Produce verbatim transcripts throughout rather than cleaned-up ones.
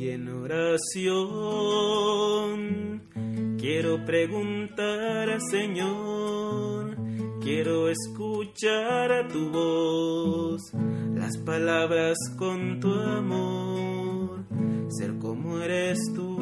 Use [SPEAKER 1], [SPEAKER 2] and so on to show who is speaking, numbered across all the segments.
[SPEAKER 1] en oración quiero preguntar al Señor, quiero escuchar a tu voz, las palabras con tu amor, ser como eres tú.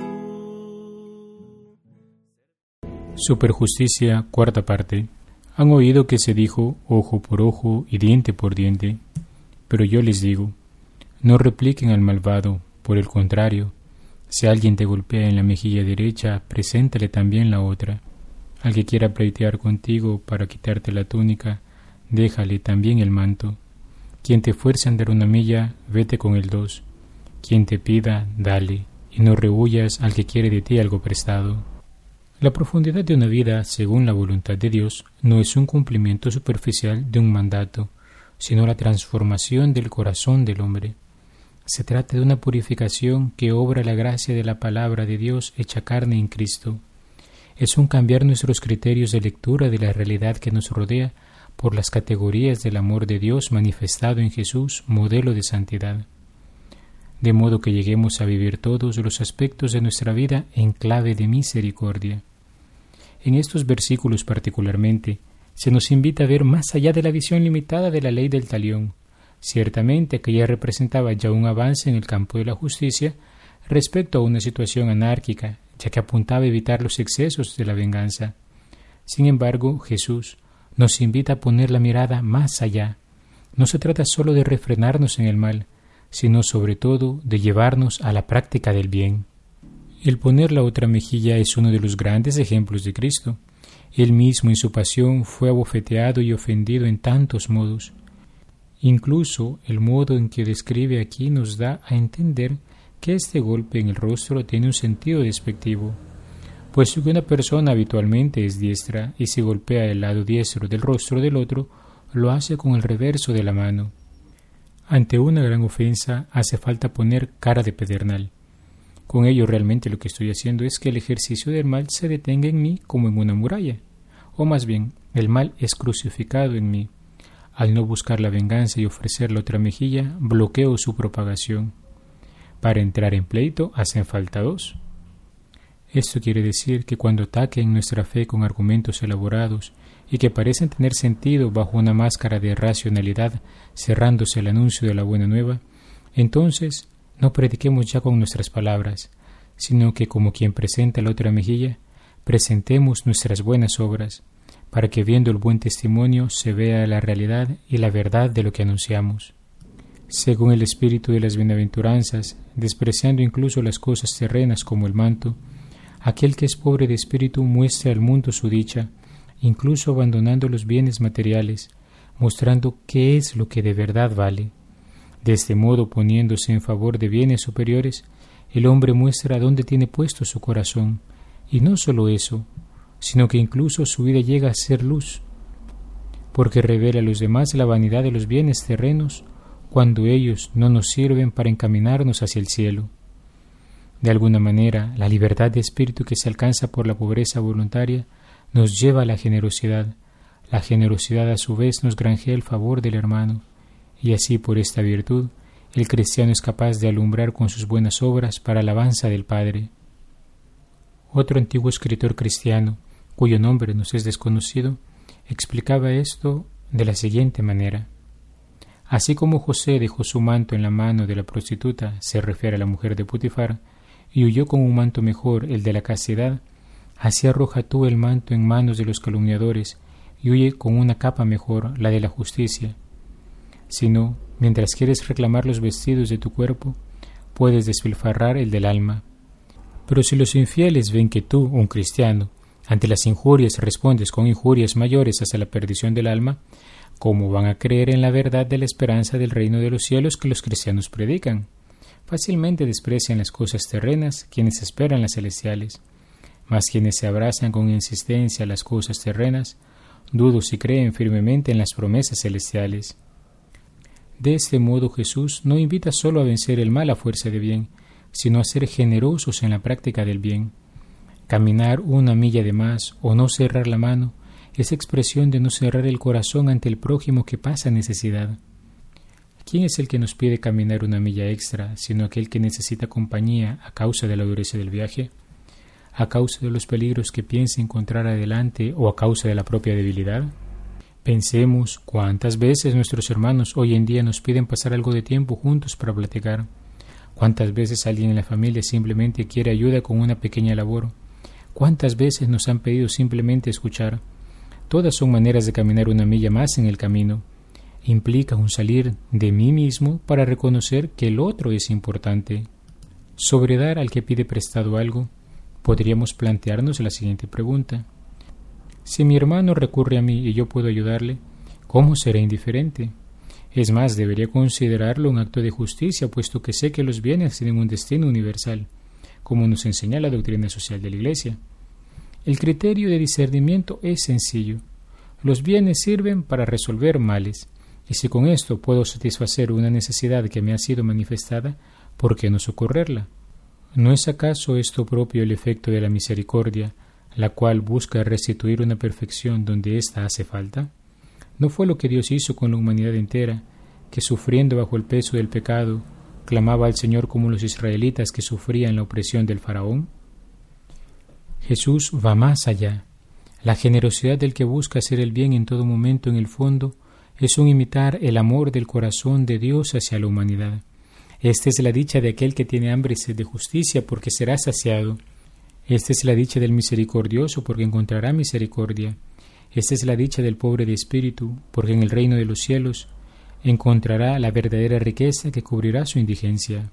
[SPEAKER 2] Superjusticia, cuarta parte. Han oído que se dijo ojo por ojo y diente por diente, pero yo les digo, no repliquen al malvado, por el contrario, si alguien te golpea en la mejilla derecha, preséntale también la otra. Al que quiera pleitear contigo para quitarte la túnica, déjale también el manto. Quien te fuerce a andar una milla, vete con el dos. Quien te pida, dale, y no rehuyas al que quiere de ti algo prestado. La profundidad de una vida, según la voluntad de Dios, no es un cumplimiento superficial de un mandato, sino la transformación del corazón del hombre. Se trata de una purificación que obra la gracia de la palabra de Dios hecha carne en Cristo. Es un cambiar nuestros criterios de lectura de la realidad que nos rodea por las categorías del amor de Dios manifestado en Jesús, modelo de santidad. De modo que lleguemos a vivir todos los aspectos de nuestra vida en clave de misericordia. En estos versículos particularmente, se nos invita a ver más allá de la visión limitada de la ley del talión. Ciertamente que ella representaba ya un avance en el campo de la justicia respecto a una situación anárquica, ya que apuntaba a evitar los excesos de la venganza. Sin embargo, Jesús nos invita a poner la mirada más allá. No se trata solo de refrenarnos en el mal, sino sobre todo de llevarnos a la práctica del bien. El poner la otra mejilla es uno de los grandes ejemplos de Cristo. Él mismo en su pasión fue abofeteado y ofendido en tantos modos. Incluso el modo en que describe aquí nos da a entender que este golpe en el rostro tiene un sentido despectivo, puesto que una persona habitualmente es diestra y si golpea el lado diestro del rostro del otro, lo hace con el reverso de la mano. Ante una gran ofensa hace falta poner cara de pedernal. Con ello realmente lo que estoy haciendo es que el ejercicio del mal se detenga en mí como en una muralla, o más bien, el mal es crucificado en mí. Al no buscar la venganza y ofrecer la otra mejilla, bloqueo su propagación. Para entrar en pleito hacen falta dos. Esto quiere decir que cuando ataquen nuestra fe con argumentos elaborados y que parecen tener sentido bajo una máscara de racionalidad, cerrándose el anuncio de la buena nueva, entonces no prediquemos ya con nuestras palabras, sino que como quien presenta la otra mejilla, presentemos nuestras buenas obras, para que viendo el buen testimonio se vea la realidad y la verdad de lo que anunciamos. Según el espíritu de las bienaventuranzas, despreciando incluso las cosas terrenas como el manto, aquel que es pobre de espíritu muestra al mundo su dicha, incluso abandonando los bienes materiales, mostrando qué es lo que de verdad vale. De este modo, poniéndose en favor de bienes superiores, el hombre muestra dónde tiene puesto su corazón, y no solo eso, sino que incluso su vida llega a ser luz, porque revela a los demás la vanidad de los bienes terrenos cuando ellos no nos sirven para encaminarnos hacia el cielo. De alguna manera, la libertad de espíritu que se alcanza por la pobreza voluntaria nos lleva a la generosidad. La generosidad a su vez nos granjea el favor del hermano, y así por esta virtud el cristiano es capaz de alumbrar con sus buenas obras para alabanza del Padre. Otro antiguo escritor cristiano, cuyo nombre nos es desconocido, explicaba esto de la siguiente manera. Así como José dejó su manto en la mano de la prostituta, se refiere a la mujer de Potifar, y huyó con un manto mejor, el de la castidad, así arroja tú el manto en manos de los calumniadores, y huye con una capa mejor, la de la justicia. Si no, mientras quieres reclamar los vestidos de tu cuerpo, puedes despilfarrar el del alma. Pero si los infieles ven que tú, un cristiano, ante las injurias respondes con injurias mayores hasta la perdición del alma, ¿cómo van a creer en la verdad de la esperanza del reino de los cielos que los cristianos predican? Fácilmente desprecian las cosas terrenas quienes esperan las celestiales, mas quienes se abrazan con insistencia a las cosas terrenas, dudo si creen firmemente en las promesas celestiales. De este modo Jesús no invita solo a vencer el mal a fuerza de bien, sino a ser generosos en la práctica del bien. Caminar una milla de más o no cerrar la mano es expresión de no cerrar el corazón ante el prójimo que pasa necesidad. ¿Quién es el que nos pide caminar una milla extra, sino aquel que necesita compañía a causa de la dureza del viaje, a causa de los peligros que piensa encontrar adelante o a causa de la propia debilidad? Pensemos cuántas veces nuestros hermanos hoy en día nos piden pasar algo de tiempo juntos para platicar. Cuántas veces alguien en la familia simplemente quiere ayuda con una pequeña labor. Cuántas veces nos han pedido simplemente escuchar. Todas son maneras de caminar una milla más en el camino. Implica un salir de mí mismo para reconocer que el otro es importante. Sobre dar al que pide prestado algo, podríamos plantearnos la siguiente pregunta. Si mi hermano recurre a mí y yo puedo ayudarle, ¿cómo seré indiferente? Es más, debería considerarlo un acto de justicia, puesto que sé que los bienes tienen un destino universal, como nos enseña la doctrina social de la Iglesia. El criterio de discernimiento es sencillo. Los bienes sirven para resolver males, y si con esto puedo satisfacer una necesidad que me ha sido manifestada, ¿por qué no socorrerla? ¿No es acaso esto propio el efecto de la misericordia, la cual busca restituir una perfección donde ésta hace falta? ¿No fue lo que Dios hizo con la humanidad entera, que sufriendo bajo el peso del pecado, clamaba al Señor como los israelitas que sufrían la opresión del faraón? Jesús va más allá. La generosidad del que busca hacer el bien en todo momento, en el fondo, es un imitar el amor del corazón de Dios hacia la humanidad. Esta es la dicha de aquel que tiene hambre y sed de justicia, porque será saciado. Esta es la dicha del misericordioso, porque encontrará misericordia. Esta es la dicha del pobre de espíritu, porque en el reino de los cielos encontrará la verdadera riqueza que cubrirá su indigencia.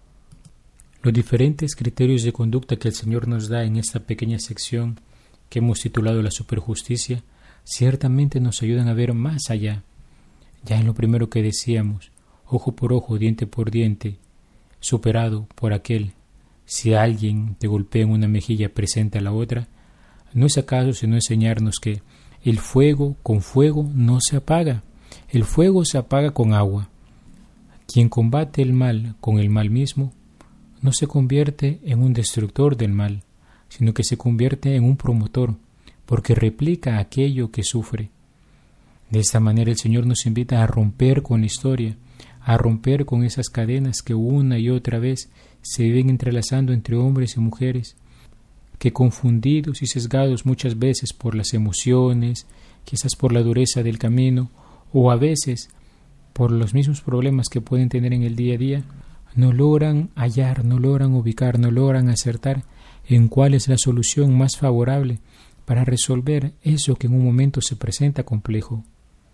[SPEAKER 2] Los diferentes criterios de conducta que el Señor nos da en esta pequeña sección que hemos titulado la superjusticia, ciertamente nos ayudan a ver más allá. Ya en lo primero que decíamos, ojo por ojo, diente por diente, superado por aquel. Si alguien te golpea en una mejilla, presenta la otra. ¿No es acaso sino enseñarnos que el fuego con fuego no se apaga? El fuego se apaga con agua. Quien combate el mal con el mal mismo no se convierte en un destructor del mal, sino que se convierte en un promotor, porque replica aquello que sufre. De esta manera el Señor nos invita a romper con la historia, a romper con esas cadenas que una y otra vez se viven entrelazando entre hombres y mujeres, que confundidos y sesgados muchas veces por las emociones, quizás por la dureza del camino, o a veces por los mismos problemas que pueden tener en el día a día, no logran hallar, no logran ubicar, no logran acertar en cuál es la solución más favorable para resolver eso que en un momento se presenta complejo.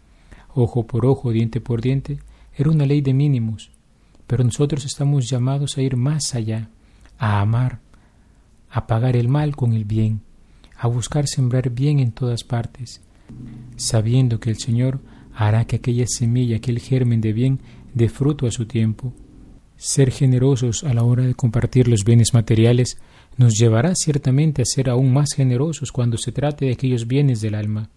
[SPEAKER 2] Ojo por ojo, diente por diente, era una ley de mínimos, pero nosotros estamos llamados a ir más allá, a amar, a pagar el mal con el bien, a buscar sembrar bien en todas partes, sabiendo que el Señor hará que aquella semilla, aquel germen de bien, dé fruto a su tiempo. Ser generosos a la hora de compartir los bienes materiales nos llevará ciertamente a ser aún más generosos cuando se trate de aquellos bienes del alma.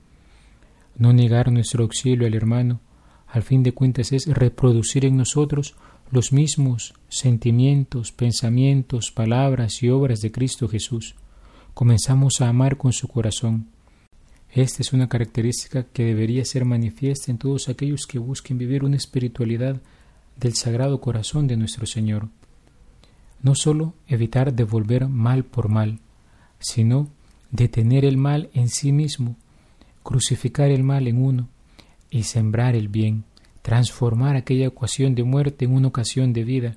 [SPEAKER 2] No negar nuestro auxilio al hermano, al fin de cuentas, es reproducir en nosotros los mismos sentimientos, pensamientos, palabras y obras de Cristo Jesús. Comenzamos a amar con su corazón. Esta es una característica que debería ser manifiesta en todos aquellos que busquen vivir una espiritualidad del Sagrado Corazón de nuestro Señor. No sólo evitar devolver mal por mal, sino detener el mal en sí mismo, crucificar el mal en uno y sembrar el bien, transformar aquella ocasión de muerte en una ocasión de vida.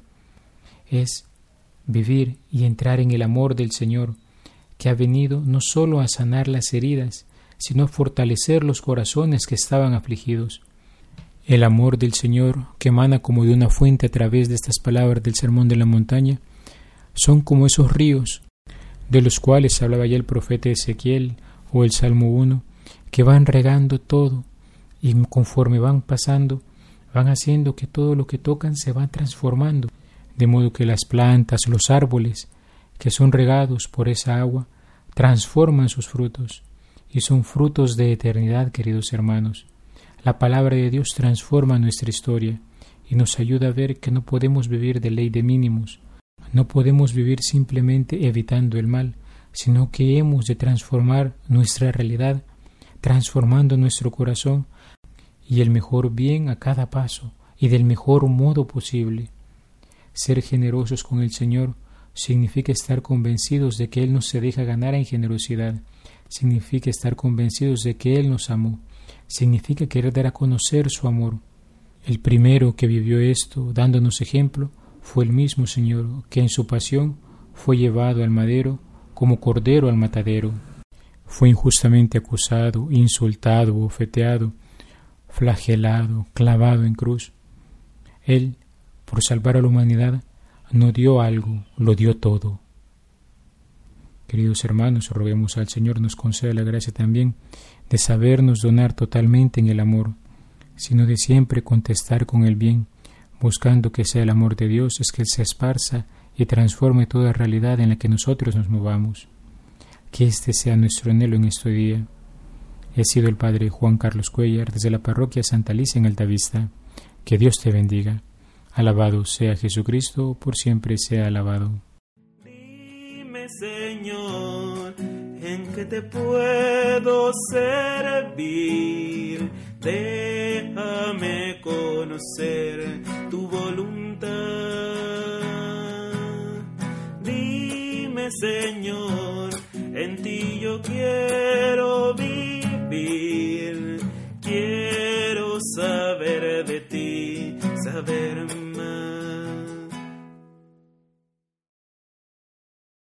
[SPEAKER 2] Es vivir y entrar en el amor del Señor, que ha venido no sólo a sanar las heridas, sino a fortalecer los corazones que estaban afligidos. El amor del Señor, que emana como de una fuente a través de estas palabras del Sermón de la Montaña, son como esos ríos, de los cuales hablaba ya el profeta Ezequiel o el Salmo uno, que van regando todo, y conforme van pasando, van haciendo que todo lo que tocan se va transformando, de modo que las plantas, los árboles, que son regados por esa agua, transforman sus frutos, y son frutos de eternidad, queridos hermanos. La palabra de Dios transforma nuestra historia y nos ayuda a ver que no podemos vivir de ley de mínimos, no podemos vivir simplemente evitando el mal, sino que hemos de transformar nuestra realidad, transformando nuestro corazón y el mejor bien a cada paso, y del mejor modo posible. Ser generosos con el Señor significa estar convencidos de que Él nos se deja ganar en generosidad, significa estar convencidos de que Él nos amó, significa querer dar a conocer su amor. El primero que vivió esto, dándonos ejemplo, fue el mismo Señor, que en su pasión fue llevado al madero como cordero al matadero. Fue injustamente acusado, insultado, bofeteado, flagelado, clavado en cruz. Él, por salvar a la humanidad, no dio algo, lo dio todo. Queridos hermanos, roguemos al Señor nos conceda la gracia también de sabernos donar totalmente en el amor, sino de siempre contestar con el bien, buscando que sea el amor de Dios, es que Él se esparza y transforme toda realidad en la que nosotros nos movamos. Que este sea nuestro anhelo en este día. He sido el Padre Juan Carlos Cuellar, desde la parroquia Santa Alicia en Altavista. Que Dios te bendiga. Alabado sea Jesucristo, por siempre sea alabado.
[SPEAKER 1] Dime, Señor, en qué te puedo servir. Déjame conocer tu voluntad. Dime, Señor, en ti yo quiero vivir. Quiero saber de ti, saber